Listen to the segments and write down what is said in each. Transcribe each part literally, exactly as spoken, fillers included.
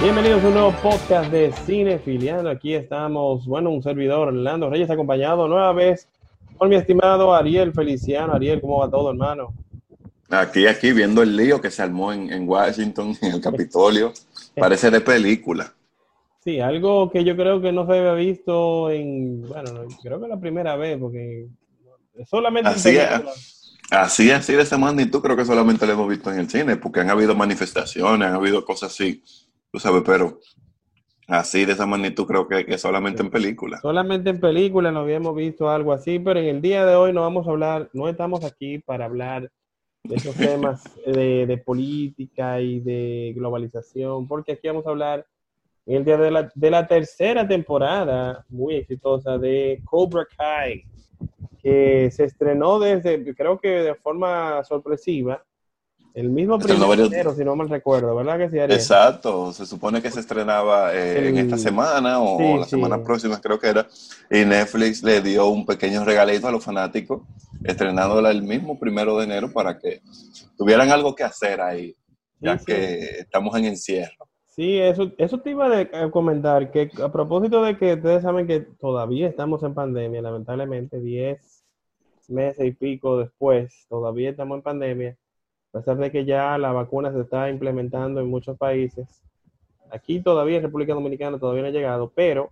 Bienvenidos a un nuevo podcast de Cinefiliando. Aquí estamos, bueno, un servidor, Orlando Reyes, acompañado nueva vez por mi estimado Ariel Feliciano. Ariel, ¿cómo va todo, hermano? Aquí, aquí, viendo el lío que se armó en, en Washington, en el Capitolio. Parece de película. Sí, algo que yo creo que no se había visto en, bueno, no, creo que es la primera vez, porque solamente Así en es, películas. así, así de esa magnitud creo que solamente lo hemos visto en el cine, porque han habido manifestaciones, han habido cosas así, tú sabes, pero así de esa magnitud creo que, que solamente en película. Solamente en películas no habíamos visto algo así, pero en el día de hoy no vamos a hablar, no estamos aquí para hablar de esos temas de, de política y de globalización, porque aquí vamos a hablar en el día de la, de la tercera temporada muy exitosa de Cobra Kai, que se estrenó desde, creo que de forma sorpresiva, el mismo Estrenó primero de varios- enero, si no mal recuerdo, ¿verdad que sí, Ariel? Exacto, se supone que se estrenaba eh, en esta El, semana o, o sí, la sí, semana próxima, creo que era, y Netflix le dio un pequeño regalito a los fanáticos, estrenándola el mismo primero de enero para que tuvieran algo que hacer ahí, sí, ya sí. que estamos en encierro. Sí, eso, eso te iba a comentar, que a propósito de que ustedes saben que todavía estamos en pandemia, lamentablemente, diez meses y pico después, todavía estamos en pandemia, a pesar de que ya la vacuna se está implementando en muchos países. Aquí todavía en República Dominicana todavía no ha llegado, pero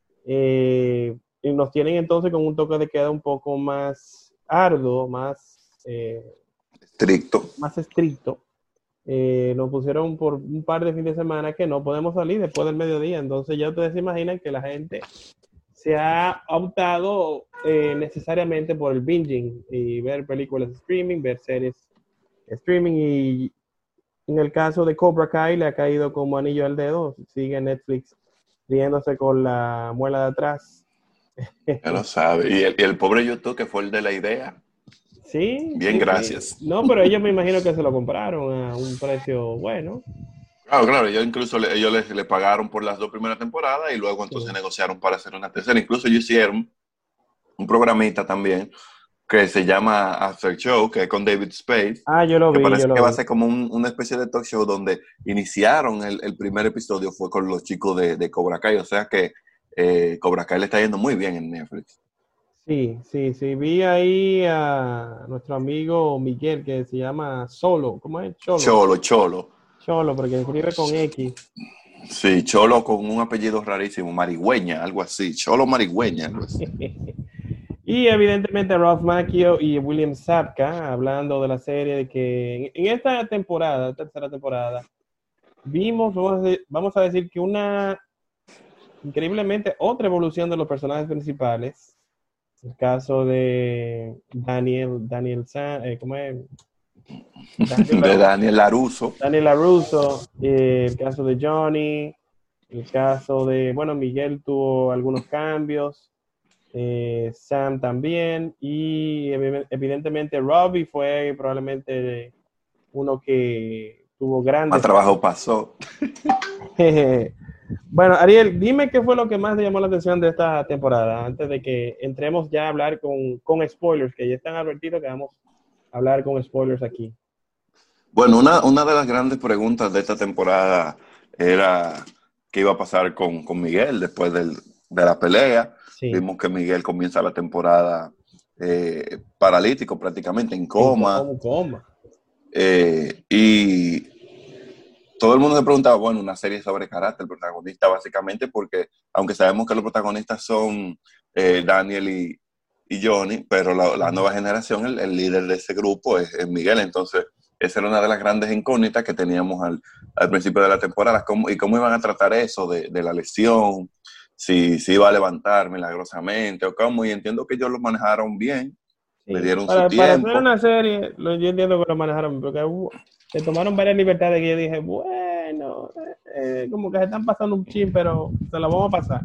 eh, y nos tienen entonces con un toque de queda un poco más arduo, más, eh, Estricto. más estricto. Eh, nos pusieron por un par de fines de semana que no podemos salir después del mediodía. Entonces ya ustedes se imaginan que la gente se ha optado eh, necesariamente por el binging y ver películas streaming, ver series streaming, y en el caso de Cobra Kai le ha caído como anillo al dedo. Sigue Netflix riéndose con la muela de atrás. Ya lo sabe. Y el, y el pobre YouTube que fue el de la idea. Sí, Bien, sí, sí. gracias. No, pero ellos me imagino que se lo compraron a un precio bueno. Claro, claro, ellos incluso le- ellos les, le pagaron por las dos primeras temporadas y luego entonces Sí. negociaron para hacer una tercera. Incluso ellos hicieron un programita también que se llama After Show, que es con David Spade, Ah, yo lo que vi, yo parece que lo va a vi. ser como un- una especie de talk show donde iniciaron el, el primer episodio fue con los chicos de, de Cobra Kai, o sea que eh, Cobra Kai le está yendo muy bien en Netflix. Sí, sí, sí. Vi ahí a nuestro amigo Miguel, que se llama Solo. ¿Cómo es? Cholo. Cholo, Cholo. Cholo, porque escribe con X. Sí, Cholo con un apellido rarísimo, Marigüeña, algo así. Cholo Marigüeña, algo así. Y evidentemente Ralph Macchio y William Zabka, hablando de la serie, de que en esta temporada, tercera temporada, vimos, vamos a decir, vamos a decir que una, increíblemente, otra evolución de los personajes principales. El caso de Daniel, Daniel San, eh, ¿cómo es? Daniel De LaRusso, Daniel Laruso. Daniel LaRusso, eh, el caso de Johnny, el caso de, bueno, Miguel tuvo algunos cambios, eh, Sam también, y evi- evidentemente Robbie fue probablemente uno que tuvo Más grandes trabajo cambios. pasó. Bueno, Ariel, dime qué fue lo que más te llamó la atención de esta temporada, antes de que entremos ya a hablar con, con spoilers, que ya están advertidos que vamos a hablar con spoilers aquí. Bueno, una, una de las grandes preguntas de esta temporada era qué iba a pasar con, con Miguel después del- de la pelea. Sí, Vimos que Miguel comienza la temporada eh, paralítico, prácticamente en en coma. cómo, coma. eh, y todo el mundo se preguntaba, bueno, una serie sobre carácter, el protagonista básicamente, porque aunque sabemos que los protagonistas son eh, Daniel y, y Johnny, pero la, la nueva generación, el, el líder de ese grupo es, es Miguel. Entonces, esa era una de las grandes incógnitas que teníamos al, al principio de la temporada. ¿Cómo, y cómo iban a tratar eso de, de la lesión? Si, si iba a levantar milagrosamente o cómo. Y entiendo que ellos lo manejaron bien, le Sí. dieron su Para, para hacer tiempo. una serie, lo, yo entiendo que lo manejaron, porque hubo- se tomaron varias libertades que yo dije, bueno, eh, como que se están pasando un chin, pero se lo vamos a pasar.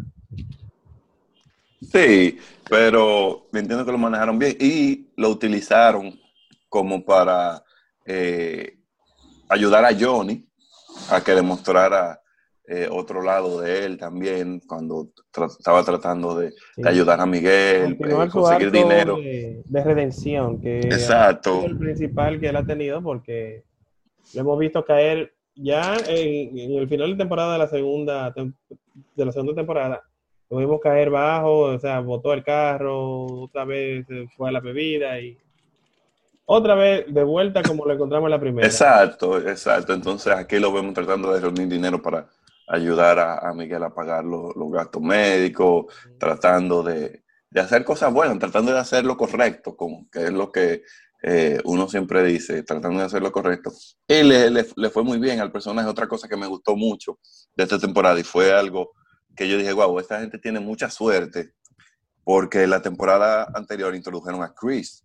Sí, pero entiendo que lo manejaron bien y lo utilizaron como para eh, ayudar a Johnny a que demostrara eh, otro lado de él también cuando tra- estaba tratando de, de Sí. ayudar a Miguel, eh, Continuar su conseguir arco dinero. de, de redención, que ha sido Exacto. el principal que él ha tenido, porque lo hemos visto caer ya en, en el final de temporada de la segunda tem- de la segunda temporada, lo vimos caer bajo, o sea, botó el carro, otra vez se fue a la bebida y otra vez de vuelta como lo encontramos en la primera. Exacto, exacto. Entonces aquí lo vemos tratando de reunir dinero para ayudar a, a Miguel a pagar lo- los gastos médicos, tratando de, de hacer cosas buenas, tratando de hacer lo correcto, como que es lo que eh, uno siempre dice, tratando de hacer lo correcto. Y le, le, le fue muy bien al personaje. Otra cosa que me gustó mucho de esta temporada y fue algo que yo dije, wow, esta gente tiene mucha suerte porque la temporada anterior introdujeron a Chris.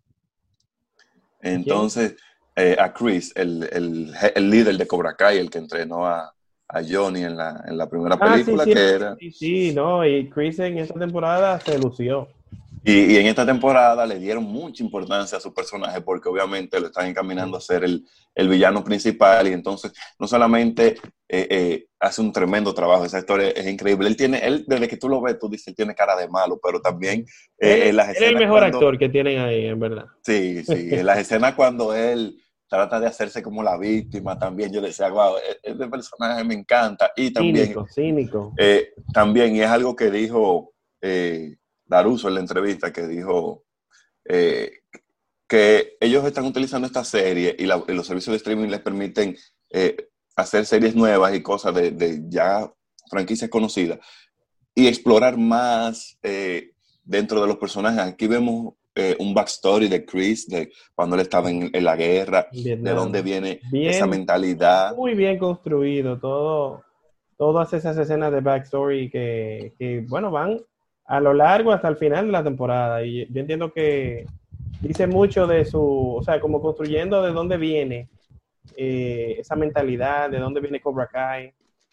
¿A quién? Entonces, eh, a Chris, el, el, el líder de Cobra Kai, el que entrenó a, a Johnny en la, en la primera Ah, sí, película, sí, que era... sí, sí, no, y Chris en esta temporada se lució. Y, y en esta temporada le dieron mucha importancia a su personaje porque obviamente lo están encaminando a ser el, el villano principal y entonces no solamente eh, eh, hace un tremendo trabajo, esa historia es increíble. Él tiene, él desde que tú lo ves, tú dices, él tiene cara de malo, pero también Él, eh, en las él es el escenas mejor cuando... actor que tienen ahí, en verdad. Sí, sí, en las escenas cuando él trata de hacerse como la víctima también, yo decía, wow, este personaje me encanta. Y también, Cínico, cínico. eh, también, y es algo que dijo eh, Laruso en la entrevista, que dijo eh, que ellos están utilizando esta serie y, la, y los servicios de streaming les permiten eh, hacer series nuevas y cosas de, de ya franquicias conocidas y explorar más eh, dentro de los personajes. Aquí vemos eh, un backstory de Chris, de cuando él estaba en, en la guerra, En de dónde Vietnam. viene esa Bien, mentalidad. muy bien construido, todo, todas esas escenas de backstory que, que, bueno, van a lo largo hasta el final de la temporada. Y yo entiendo que dice mucho de su, o sea, como construyendo de dónde viene eh, esa mentalidad, de dónde viene Cobra Kai.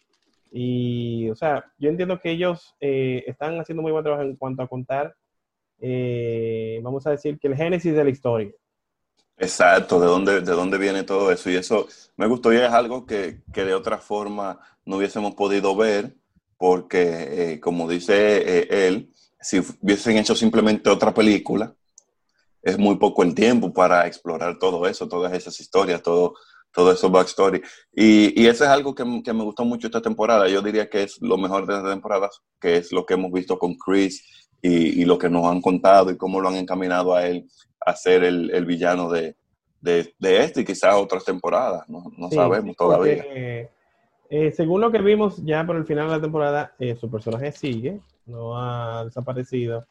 Y, o sea, yo entiendo que ellos eh, están haciendo muy buen trabajo en cuanto a contar, eh, vamos a decir, que el génesis de la historia. Exacto, de dónde, de dónde viene todo eso. Y eso me gustó y es algo que, que de otra forma no hubiésemos podido ver, porque eh, como dice eh, él, si hubiesen hecho simplemente otra película, es muy poco el tiempo para explorar todo eso, todas esas historias, todo, todo eso backstory. Y, y eso es algo que, que me gustó mucho esta temporada. Yo diría que es lo mejor de esta temporada, que es lo que hemos visto con Chris y, y lo que nos han contado y cómo lo han encaminado a él a ser el, el villano de, de, de este y quizás otras temporadas. No, no Sí, sabemos sí, todavía. porque eh, según lo que vimos ya por el final de la temporada, eh, su personaje sigue, no ha desaparecido.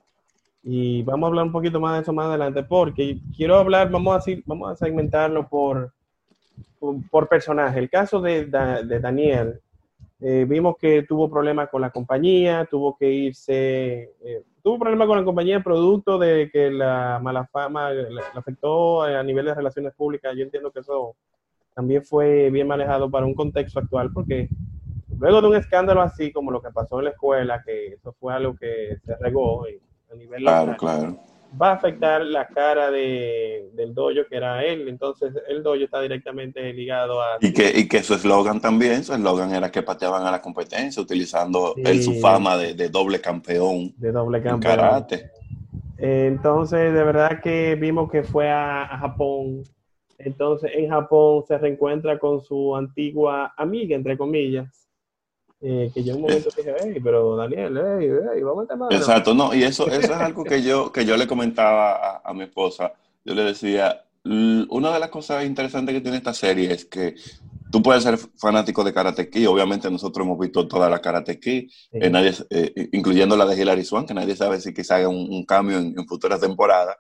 Y vamos a hablar un poquito más de eso más adelante, porque quiero hablar, vamos a, decir, vamos a segmentarlo por, por, por personaje. El caso de, da, de Daniel, eh, vimos que tuvo problemas con la compañía, tuvo que irse, eh, tuvo problemas con la compañía producto de que la mala fama le, le afectó a nivel de relaciones públicas. Yo entiendo que eso también fue bien manejado para un contexto actual, porque luego de un escándalo así como lo que pasó en la escuela, que eso fue algo que se regó a nivel Claro, local, claro. va a afectar la cara de, del dojo, que era él. Entonces, el dojo está directamente ligado a Y su... que, y que su eslogan también, su eslogan era que pateaban a la competencia, utilizando él su Sí, fama de, de doble campeón de doble en campeón. karate. Entonces, de verdad que vimos que fue a, a Japón. Entonces, en Japón se reencuentra con su antigua amiga, entre comillas, eh, que yo en un momento dije, hey, pero Daniel, hey, hey, vamos a esta mano. Exacto, no, y eso, eso es algo que yo, que yo le comentaba a, a mi esposa. Yo le decía, "L- una de las cosas interesantes que tiene esta serie es que tú puedes ser fanático de Karate Kid, obviamente nosotros hemos visto toda la Karate Kid, eh, Sí. nadie, eh, incluyendo la de Hilary Swank, que nadie sabe si quizá haga un, un cambio en, en futuras temporadas.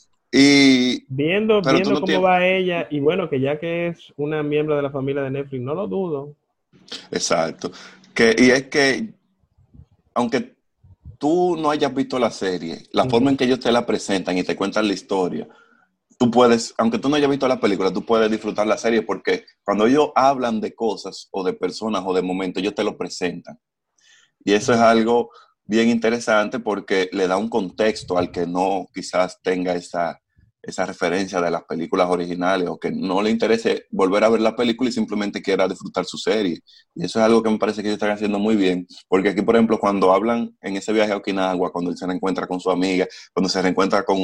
Y, Viendo, pero tú viendo no cómo tienes, va ella, y bueno, que ya que es una miembro de la familia de Netflix, no lo dudo. exacto. Que, y es que, aunque tú no hayas visto la serie, la forma Ujú. en que ellos te la presentan y te cuentan la historia, tú puedes, aunque tú no hayas visto la película, tú puedes disfrutar la serie porque cuando ellos hablan de cosas o de personas o de momentos, ellos te lo presentan. Y eso es algo bien interesante porque le da un contexto al que no quizás tenga esa, esa referencia de las películas originales o que no le interese volver a ver la película y simplemente quiera disfrutar su serie. Y eso es algo que me parece que ellos están haciendo muy bien, porque aquí, por ejemplo, cuando hablan en ese viaje a Okinawa, cuando él se reencuentra con su amiga, cuando se reencuentra con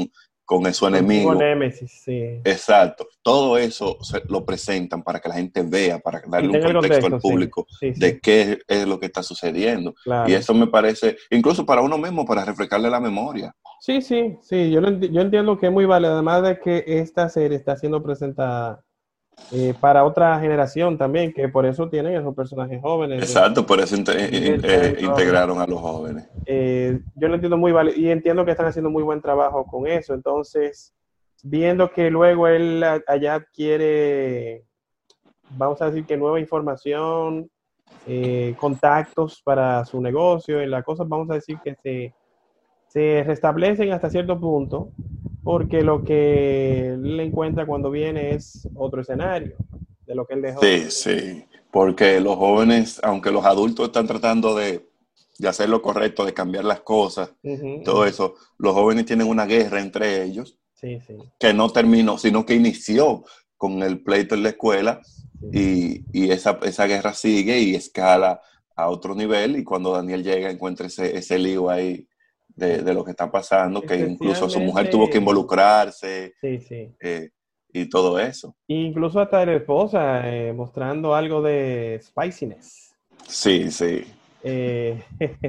con su Con enemigo. Némesis, sí. Exacto. Todo eso se, lo presentan para que la gente vea, para darle un contexto, contexto al público sí. Sí, de sí. qué es lo que está sucediendo. Claro. Y eso me parece, incluso para uno mismo, para refrescarle la memoria. Sí, sí, sí. Yo, enti- yo entiendo que es muy válido, además de que esta serie está siendo presentada eh, para otra generación también, que por eso tienen esos personajes jóvenes. Exacto, de, por eso inte, in, eh, integraron a los jóvenes. Eh, yo lo entiendo muy válido y entiendo que están haciendo muy buen trabajo con eso. Entonces, viendo que luego él allá adquiere, vamos a decir que nueva información, eh, contactos para su negocio y las cosas, vamos a decir que se, se restablecen hasta cierto punto, porque lo que él encuentra cuando viene es otro escenario de lo que él dejó. Sí, sí, porque los jóvenes, aunque los adultos están tratando de, de hacer lo correcto, de cambiar las cosas, uh-huh, todo uh-huh. eso, los jóvenes tienen una guerra entre ellos, sí, sí. que no terminó, sino que inició con el pleito en la escuela, sí. y, y esa, esa guerra sigue y escala a otro nivel, y cuando Daniel llega encuentra ese, ese lío ahí de, de lo que está pasando, que incluso su mujer tuvo que involucrarse, sí, sí. Eh, y todo eso. Incluso hasta la esposa eh, mostrando algo de spiciness. Sí, sí. Eh,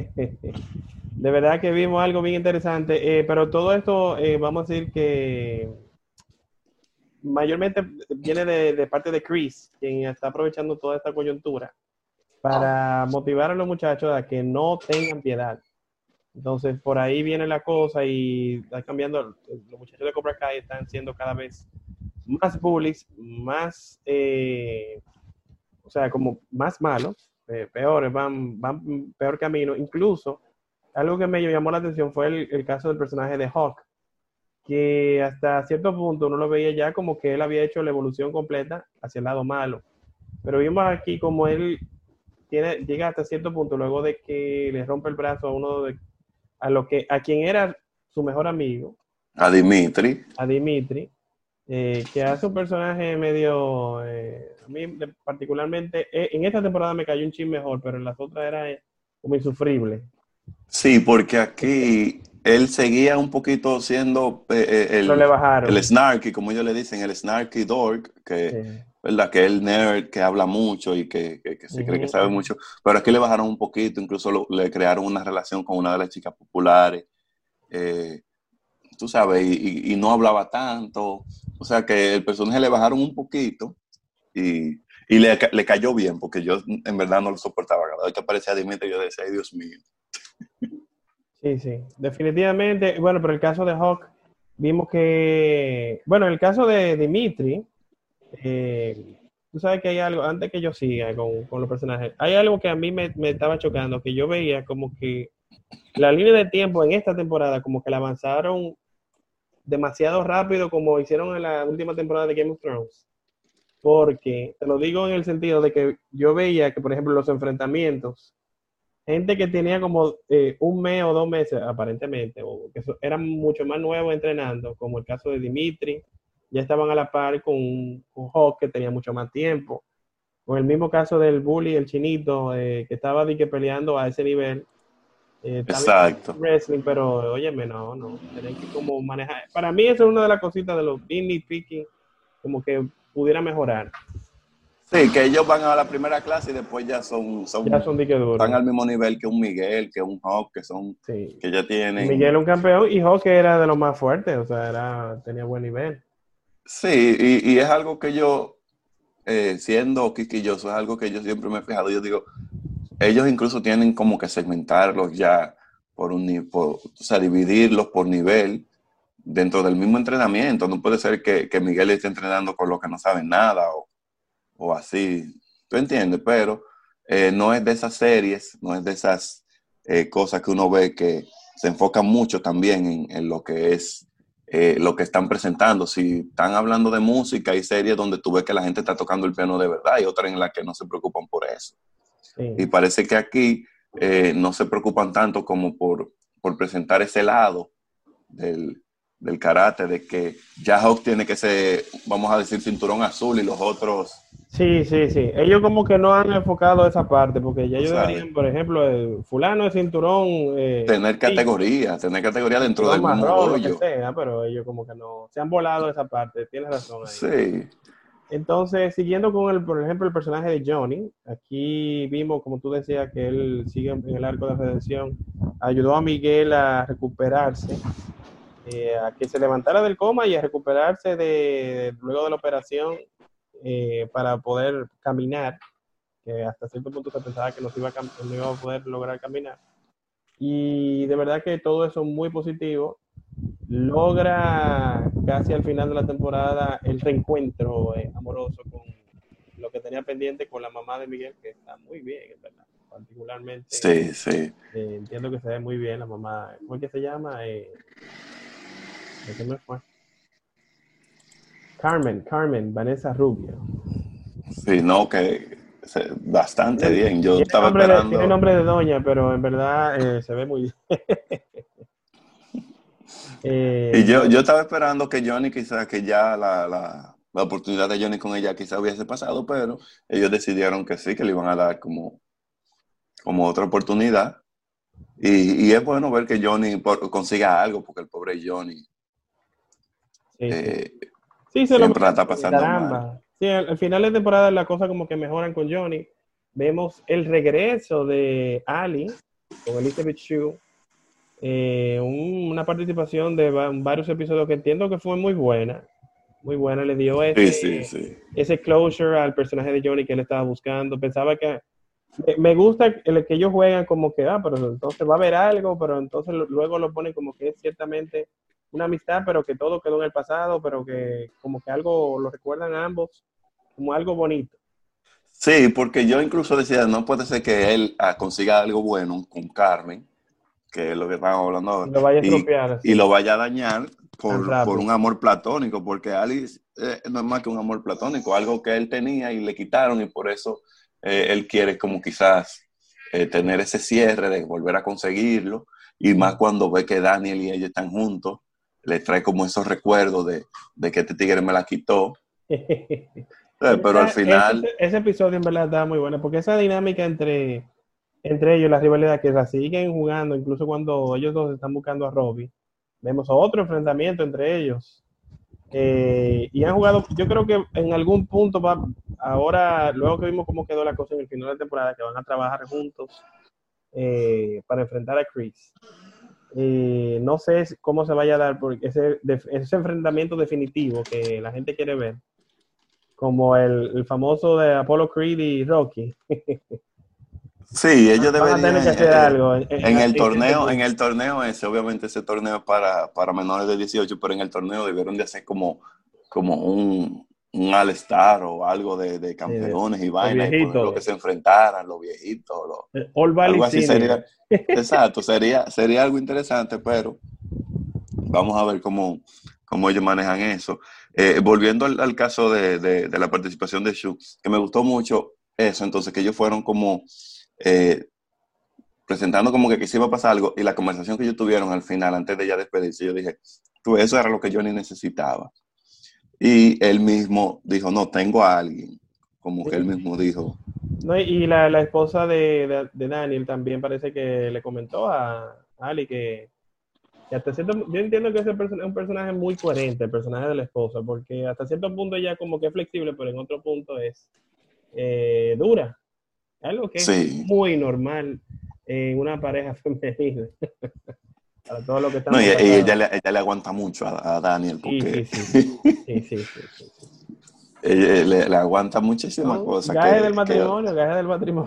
de verdad que vimos algo bien interesante, eh, pero todo esto, eh, vamos a decir que mayormente viene de, de parte de Chris, quien está aprovechando toda esta coyuntura para motivar a los muchachos a que no tengan piedad. Entonces, por ahí viene la cosa y está cambiando. Los muchachos de Cobra Kai están siendo cada vez más bullies, más, eh, o sea, como más malos, eh, peores, van, van peor camino. Incluso, algo que me llamó la atención fue el, el caso del personaje de Hawk, que hasta cierto punto uno lo veía ya como que él había hecho la evolución completa hacia el lado malo. Pero vimos aquí como él tiene, llega hasta cierto punto luego de que le rompe el brazo a uno de, a lo que, a quien era su mejor amigo. A Dimitri. A Dimitri. Eh, que hace un personaje medio, eh, a mí particularmente, eh, en esta temporada me cayó un chin mejor, pero en las otras era eh, como insufrible. Sí, porque aquí él seguía un poquito siendo eh, el, pero le bajaron. el snarky, como ellos le dicen, el snarky dork, que, sí. ¿verdad? Que es el nerd que habla mucho y que, que, que se uh-huh. cree que sabe mucho, pero aquí le bajaron un poquito, incluso lo, le crearon una relación con una de las chicas populares, eh, tú sabes, y, y, y no hablaba tanto. O sea que el personaje le bajaron un poquito y, y le, le cayó bien, porque yo en verdad no lo soportaba. Cada vez que aparecía Dimitri yo decía, ay Dios mío. Sí, sí, definitivamente. Bueno, pero el caso de Hawk, vimos que, bueno, en el caso de Dimitri, eh, tú sabes que hay algo, antes que yo siga con, con los personajes, hay algo que a mí me, me estaba chocando, que yo veía como que la línea de tiempo en esta temporada como que la avanzaron demasiado rápido como hicieron en la última temporada de Game of Thrones. Porque, te lo digo en el sentido de que yo veía que, por ejemplo, los enfrentamientos, gente que tenía como eh, un mes o dos meses, aparentemente, o que eran mucho más nuevos entrenando, como el caso de Dimitri, ya estaban a la par con, con Hawk, que tenía mucho más tiempo. Con el mismo caso del bully, el chinito, eh, que estaba de que peleando a ese nivel. Eh, Exacto. Wrestling, pero óyeme, no, no, tienen que como manejar. Para mí eso es una de las cositas de los Disney picking, como que pudiera mejorar. Sí, que ellos van a la primera clase y después ya son, son, ya son dique duros. Están al mismo nivel que un Miguel, que un Hawk, que son, sí. que ya tienen. Miguel es un campeón y Hawk era de los más fuertes, o sea, era, tenía buen nivel. Sí, y, y es algo que yo, eh, siendo quisquilloso, es algo que yo siempre me he fijado. Yo digo, ellos incluso tienen como que segmentarlos ya por un por, o sea, dividirlos por nivel dentro del mismo entrenamiento. No puede ser que, que Miguel esté entrenando con los que no saben nada o, o así. ¿Tú entiendes? Pero eh, no es de esas series, no es de esas eh, cosas que uno ve que se enfocan mucho también en, en lo que es eh, lo que están presentando. Si están hablando de música, hay series donde tú ves que la gente está tocando el piano de verdad y otras en las que no se preocupan por eso. Sí. Y parece que aquí eh, no se preocupan tanto como por, por presentar ese lado del, del karate, de que Jayhawk tiene que ser, vamos a decir, cinturón azul y los otros... Sí, sí, sí. Ellos como que no han enfocado esa parte, porque ya ellos ¿sabes? deberían, por ejemplo, el fulano de cinturón... Eh, Tener sí, categoría, tener categoría dentro cinturón del mismo marrón, lo que dojo. sea, pero ellos como que no... Se han volado esa parte, tienes razón ahí. Sí. Entonces, siguiendo con, el, por ejemplo, el personaje de Johnny, aquí vimos, como tú decías, que él sigue en el arco de redención, ayudó a Miguel a recuperarse, eh, a que se levantara del coma y a recuperarse de, de luego de la operación eh, para poder caminar, que hasta cierto punto se pensaba que no iba, a, no iba a poder lograr caminar. Y de verdad que todo eso es muy positivo. Logra casi al final de la temporada el reencuentro eh, amoroso con lo que tenía pendiente con la mamá de Miguel, que está muy bien, en verdad. Particularmente, Sí, sí. eh, entiendo que se ve muy bien la mamá. ¿Cómo es que se llama? Eh, ¿De qué me fue? Carmen, Carmen, Vanessa Rubio. Sí, no, que se- bastante Tiene, bien. Yo tiene estaba nombre de, tiene esperando. nombre de doña, pero en verdad eh, se ve muy bien. Y eh, yo, no, yo estaba esperando que Johnny, quizás, que ya la, la, la oportunidad de Johnny con ella quizás hubiese pasado, pero ellos decidieron que sí, que le iban a dar como, como otra oportunidad. Y, y es bueno ver que Johnny por- consiga algo, porque el pobre Johnny sí, sí. eh, Sí, se lo siempre la está merece, pasando mal. caramba. Sí, al, al final de temporada la cosa como que mejoran con Johnny. Vemos el regreso de Ali con Elizabeth Shue. Eh, un- una participación de va- varios episodios que entiendo que fue muy buena. Muy buena. Le dio Sí, ese, sí, sí. ese closure al personaje de Johnny que él estaba buscando. Pensaba que... Me, me gusta el que ellos juegan como que, ah, pero entonces va a haber algo, pero entonces lo- luego lo ponen como que es ciertamente una amistad, pero que todo quedó en el pasado, pero que como que algo lo recuerdan a ambos como algo bonito. Sí, porque yo incluso decía, no puede ser que él ah, consiga algo bueno con Carmen, que es lo que estamos hablando Y ahora, lo vaya a y, estropear y así, lo vaya a dañar tan por, por rápido. un amor platónico, porque Alice eh, no es más que un amor platónico, algo que él tenía y le quitaron, y por eso eh, él quiere como quizás eh, tener ese cierre de volver a conseguirlo, y más cuando ve que Daniel y ella están juntos, le trae como esos recuerdos de, de que este tigre me la quitó. Eh, pero al Esa- ese, final, ese episodio en verdad estaba muy bueno, porque esa dinámica entre, entre ellos, la rivalidad que la siguen jugando, incluso cuando ellos dos están buscando a Robbie, vemos otro enfrentamiento entre ellos. Eh, y han jugado, yo creo que en algún punto va, ahora, luego que vimos cómo quedó la cosa en el final de la temporada, que van a trabajar juntos eh, para enfrentar a Chris. Eh, no sé cómo se vaya a dar porque ese, ese enfrentamiento definitivo que la gente quiere ver, como el, el famoso de Apollo Creed y Rocky. sí, ellos Van a tener deberían, que eh, hacer eh, algo en, en, en el en cierto torneo, en punto. el torneo ese, obviamente ese torneo es para, para menores de dieciocho, pero en el torneo debieron de hacer como, como un, un All-Star o algo de, de Sí, de, campeones y los vaina, y ponerlo que viejitos, se enfrentaran, los viejitos, los, el All Valley algo así Senior. sería, exacto, sería, sería algo interesante, pero vamos a ver cómo, cómo ellos manejan eso. Eh, volviendo al, al caso de, de, de la participación de Shu, que me gustó mucho eso, entonces que ellos fueron como... Eh, presentando como que, que sí iba a pasar algo, y la conversación que ellos tuvieron al final, antes de ya despedirse, yo dije, tú, eso era lo que yo ni necesitaba. Y él mismo dijo, no, tengo a alguien, como que él mismo dijo. No, y la, la esposa de, de, de Daniel también parece que le comentó a Ali que, que hasta cierto yo entiendo que ese person es un personaje muy coherente, el personaje de la esposa, porque hasta cierto punto ella como que es flexible, pero en otro punto es eh, dura, algo que es Sí, muy normal en una pareja femenina, para todo lo que no, y, estamos y ella, casados. le, ella le aguanta mucho a, a Daniel, Sí, sí, porque sí, sí, sí, sí, sí, sí, sí. ella le, le aguanta muchísimas No, cosas gaje del que, que matrimonio, gaje del matrimonio.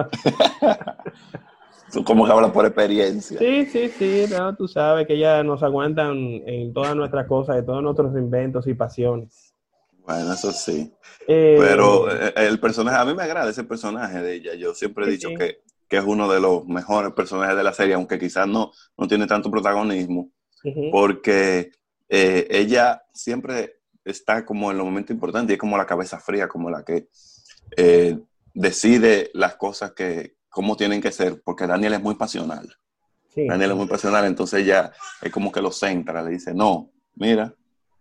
tú como que hablas por experiencia. Sí, sí, sí, no, tú sabes que ya nos aguantan en todas nuestras cosas, de todos nuestros inventos y pasiones. Bueno, eso sí. Pero Eh, eh, el personaje, a mí me agrada ese personaje de ella. Yo siempre he sí, dicho sí. que, que es uno de los mejores personajes de la serie, aunque quizás no, no tiene tanto protagonismo, Ujú. porque eh, ella siempre está como en los momentos importantes y es como la cabeza fría, como la que eh, decide las cosas que, cómo tienen que ser, porque Daniel es muy pasional. Sí, Daniel es sí, muy pasional, entonces ella es como que lo centra, le dice, no, mira,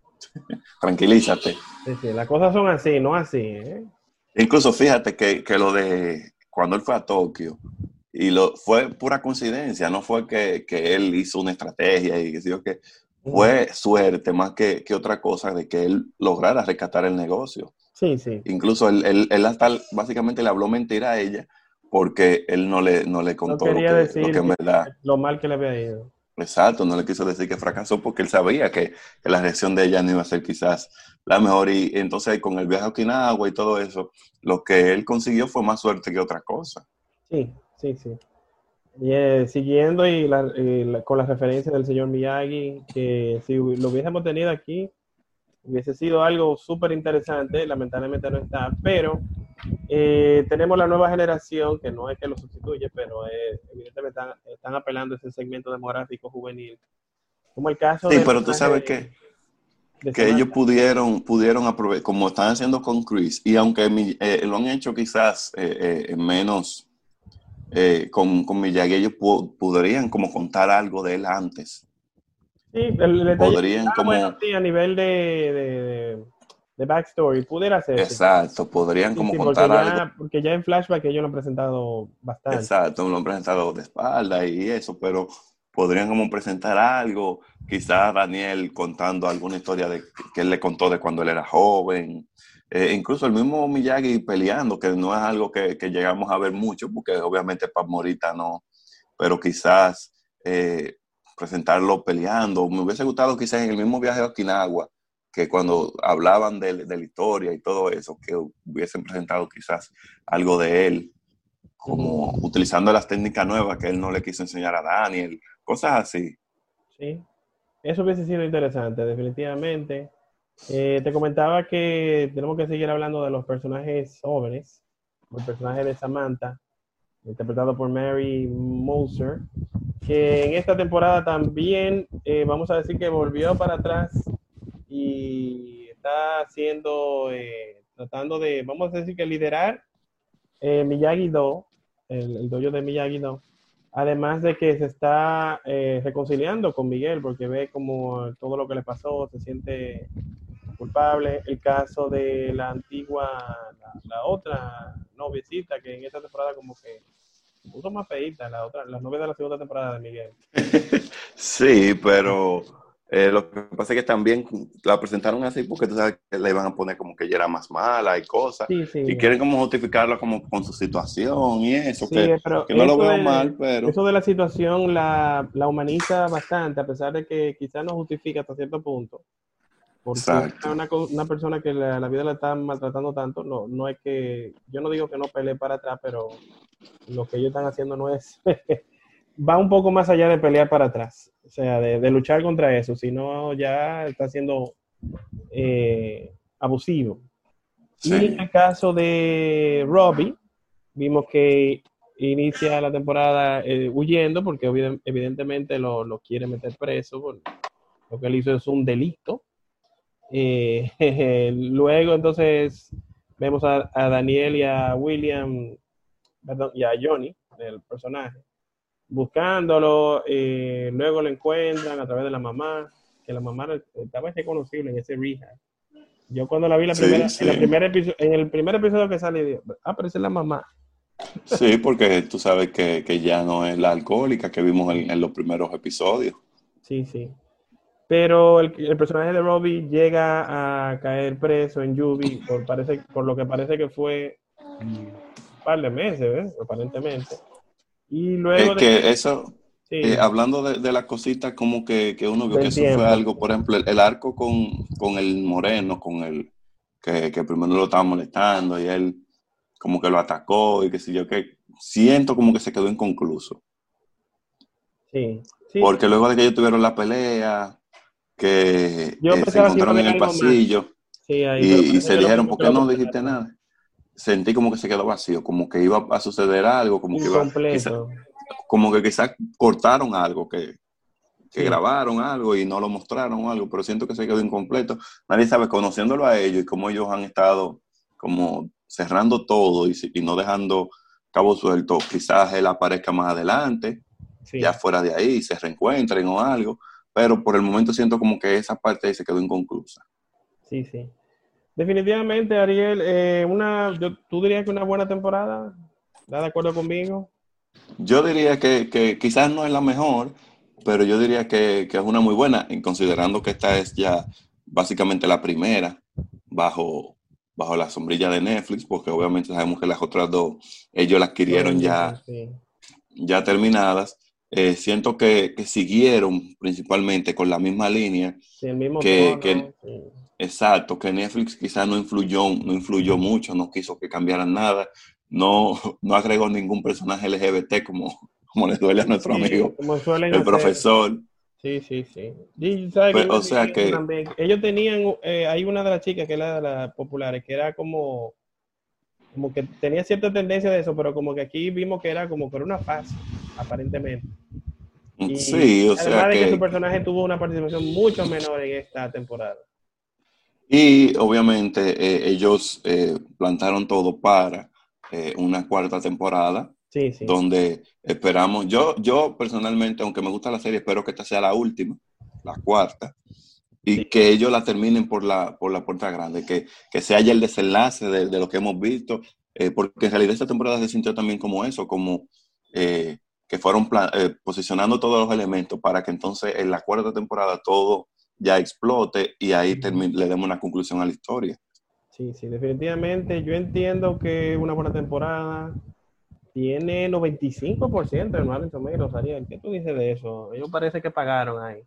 tranquilízate. Sí, sí, las cosas son así, no así, ¿eh? Incluso fíjate que, que lo de cuando él fue a Tokio, y lo fue pura coincidencia, no fue que, que él hizo una estrategia y que sí o que Ujú. fue suerte más que, que otra cosa de que él lograra rescatar el negocio. Sí, sí. Incluso él, él, él hasta básicamente le habló mentira a ella porque él no le, no le No contó lo quería que, lo que decir en que verdad, lo mal que le había ido. exacto, no le quiso decir que fracasó porque él sabía que, que la reacción de ella no iba a ser quizás la mejor. Y entonces con el viaje a Okinawa y todo eso, lo que él consiguió fue más suerte que otra cosa. Sí, sí, sí. Y, eh, siguiendo y, la- y la- con las referencias del señor Miyagi, que si hu- lo hubiésemos tenido aquí, hubiese sido algo súper interesante, lamentablemente no está, pero eh, tenemos la nueva generación, que no es que lo sustituye, pero eh, evidentemente están, están apelando a ese segmento demográfico juvenil, como el caso Sí, del pero tú sabes personaje que, de que ellos Samantha. pudieron, pudieron aprovechar, como están haciendo con Chris, y aunque mi- eh, lo han hecho quizás eh, eh, menos eh, con, con Miyagi, ellos pu- podrían como contar algo de él antes. Sí, el, el detalle, Podrían ah, bueno, como, sí, a nivel de, de, de backstory, pudiera hacerse. exacto, podrían Sí, como sí, porque contar algo. ya, porque ya en flashback ellos lo han presentado bastante. Exacto, un hombre presentado de espalda y eso, pero podrían como presentar algo, quizás Daniel contando alguna historia de, que él le contó de cuando él era joven, eh, incluso el mismo Miyagi peleando, que no es algo que, que llegamos a ver mucho, porque obviamente para Morita no, pero quizás eh, presentarlo peleando. Me hubiese gustado quizás en el mismo viaje a Okinawa, que cuando hablaban de, de la historia y todo eso, que hubiesen presentado quizás algo de él como Ujú. utilizando las técnicas nuevas que él no le quiso enseñar a Daniel, cosas así. Sí, eso hubiese sido interesante, definitivamente. Eh, te comentaba que tenemos que seguir hablando de los personajes jóvenes. El personaje de Samantha, interpretado por Mary Moser, que en esta temporada también, eh, vamos a decir que volvió para atrás y está haciendo, eh, tratando de, vamos a decir que liderar eh, Miyagi-Do, el, el dojo de Miyagi-Do, además de que se está eh, reconciliando con Miguel porque ve como todo lo que le pasó, se siente culpable. El caso de la antigua, la, la otra noviecita que en esta temporada como que se puso más feíta, la otra, la novia de la segunda temporada de Miguel. Sí, pero eh, lo que pasa es que también la presentaron así porque tú sabes que le iban a poner como que ella era más mala y cosas, Sí, sí, y quieren como justificarla como con su situación y eso, sí, que, pero que no lo eso veo de, mal, pero eso de la situación la, la humaniza bastante, a pesar de que quizás no justifica hasta cierto punto. Porque una, exacto, una, una persona que la, la, vida la está maltratando tanto, no, no es que, yo no digo que no pelee para atrás, pero lo que ellos están haciendo no es, va un poco más allá de pelear para atrás, o sea, de, de luchar contra eso, sino ya está siendo eh, abusivo. Y en sí, el caso de Robbie, vimos que inicia la temporada eh, huyendo porque evidentemente lo, lo quiere meter preso, lo que él hizo es un delito. Eh, luego entonces vemos a, a, Daniel y a William, perdón, y a Johnny, el personaje, buscándolo, eh, luego lo encuentran a través de la mamá, que la mamá estaba reconocible en ese rehab. Yo cuando la vi la sí, primera, en, la sí. primera episodio, en el primer episodio que sale, digo, ah, pero esa es la mamá. Sí, porque tú sabes que, que ya no es la alcohólica que vimos en, en los primeros episodios. Sí, sí. Pero el, el, personaje de Robbie llega a caer preso en Yubi por, parece, por lo que parece que fue un par de meses, ¿ves? Aparentemente. Y luego Es de... que eso, Sí, eh, hablando de, de las cositas como que, que uno vio que del eso fue tiempo. algo, por ejemplo, el, el arco con, con el moreno, con el que, que primero lo estaba molestando y él como que lo atacó y qué sé yo, que siento como que se quedó inconcluso. Sí, sí. Porque luego de que ellos tuvieron la pelea, que Yo eh, se pensaba que iba a encontraron haber en el algo más. pasillo Sí, ahí, pero y, y parece se que lo, dijeron, como ¿por que qué lo no dijiste cortaron. nada? Sentí como que se quedó vacío, como que iba a suceder algo, como que iba, quizá, Incompleto. como que quizás cortaron algo, que, que Sí, grabaron algo y no lo mostraron o algo, pero siento que se quedó incompleto. Nadie sabe, conociéndolo a ellos y cómo ellos han estado como cerrando todo y, y no dejando cabo suelto, quizás él aparezca más adelante, ya sí. fuera de ahí, se reencuentren o algo, pero por el momento siento como que esa parte se quedó inconclusa. Sí, sí. Definitivamente, Ariel, eh, una, yo, ¿tú dirías que una buena temporada? ¿Estás de acuerdo conmigo? Yo diría que, que quizás no es la mejor, pero yo diría que, que es una muy buena, y considerando que esta es ya básicamente la primera bajo, bajo la sombrilla de Netflix, porque obviamente sabemos que las otras dos ellos las adquirieron ya, sí. ya terminadas. Eh, siento que, que siguieron principalmente con la misma línea. Sí, el mismo que, tono, que sí. Exacto, que Netflix quizás no influyó, no influyó mucho, no quiso que cambiaran nada, no, no agregó ningún personaje L G B T como, como le duele a nuestro Sí, amigo, como suelen el hacer. profesor. Sí, sí, sí. Y sabes que Pues, yo o sea que, también, ellos tenían, eh, hay una de las chicas que era de las populares, que era como, como que tenía cierta tendencia de eso, pero como que aquí vimos que era como que era una fase, aparentemente. Y sí, o además sea de que su que, personaje tuvo una participación mucho menor en esta temporada. y obviamente eh, ellos eh, plantaron todo para eh, una cuarta temporada, Sí, sí. donde esperamos, yo, yo personalmente, aunque me gusta la serie, espero que esta sea la última, la cuarta, y Sí. que ellos la terminen por la, por la puerta grande, que, que se haya el desenlace de, de lo que hemos visto, eh, porque en realidad esta temporada se sintió también como eso, como eh, que fueron plan, eh, posicionando todos los elementos para que entonces en la cuarta temporada todo ya explote y ahí termine, le demos una conclusión a la historia. Sí, sí, definitivamente. Yo entiendo que una buena temporada tiene noventa y cinco por ciento de Rotten Tomatoes, Ariel. ¿Qué tú dices de eso? Ellos parece que pagaron ahí.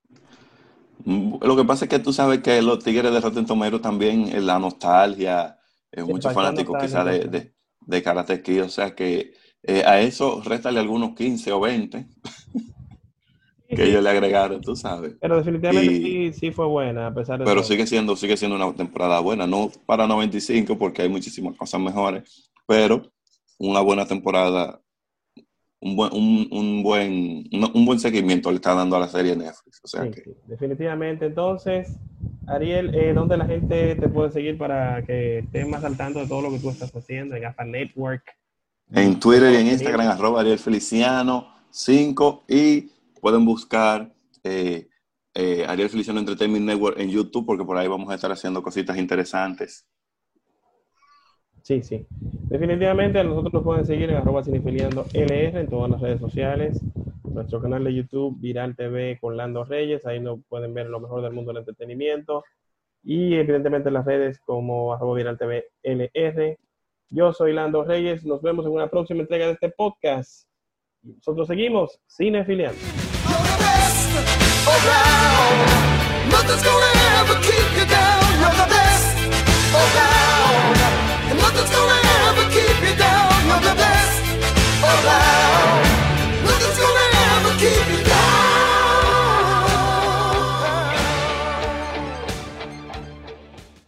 Lo que pasa es que tú sabes que los tigres de Rotten Tomatoes también, eh, la nostalgia, eh, Sí, muchos factor fanáticos nostalgia, quizás de, sí. de, de Karate Kid, o sea que eh, a eso réstale algunos quince o veinte Sí, que sí, ellos le agregaron, tú sabes. pero definitivamente Y, sí, sí fue buena, a pesar de pero todo. sigue siendo, sigue siendo una temporada buena, no para noventa y cinco porque hay muchísimas cosas mejores, pero una buena temporada, un buen, un, un buen, un, un buen seguimiento le está dando a la serie Netflix. O sea Sí, que sí, definitivamente. Entonces, Ariel, eh, ¿dónde la gente te puede seguir para que estés más al tanto de todo lo que tú estás haciendo en AFA Network y en de Twitter y todo en contenido? Instagram, arroba Ariel Feliciano cinco, y pueden buscar eh, eh, Ariel Feliciano Entertainment Network en YouTube, porque por ahí vamos a estar haciendo cositas interesantes. Sí, sí. Definitivamente a nosotros nos pueden seguir en arroba cinefiliando L R en todas las redes sociales. Nuestro canal de YouTube, Viral T V con Lando Reyes. Ahí nos pueden ver lo mejor del mundo del entretenimiento. Y evidentemente en las redes como arroba Viral T V L R. Yo soy Lando Reyes. Nos vemos en una próxima entrega de este podcast. Nosotros seguimos Cinefiliando. Nothing's gonna ever keep you down. You're the best around. And nothing's gonna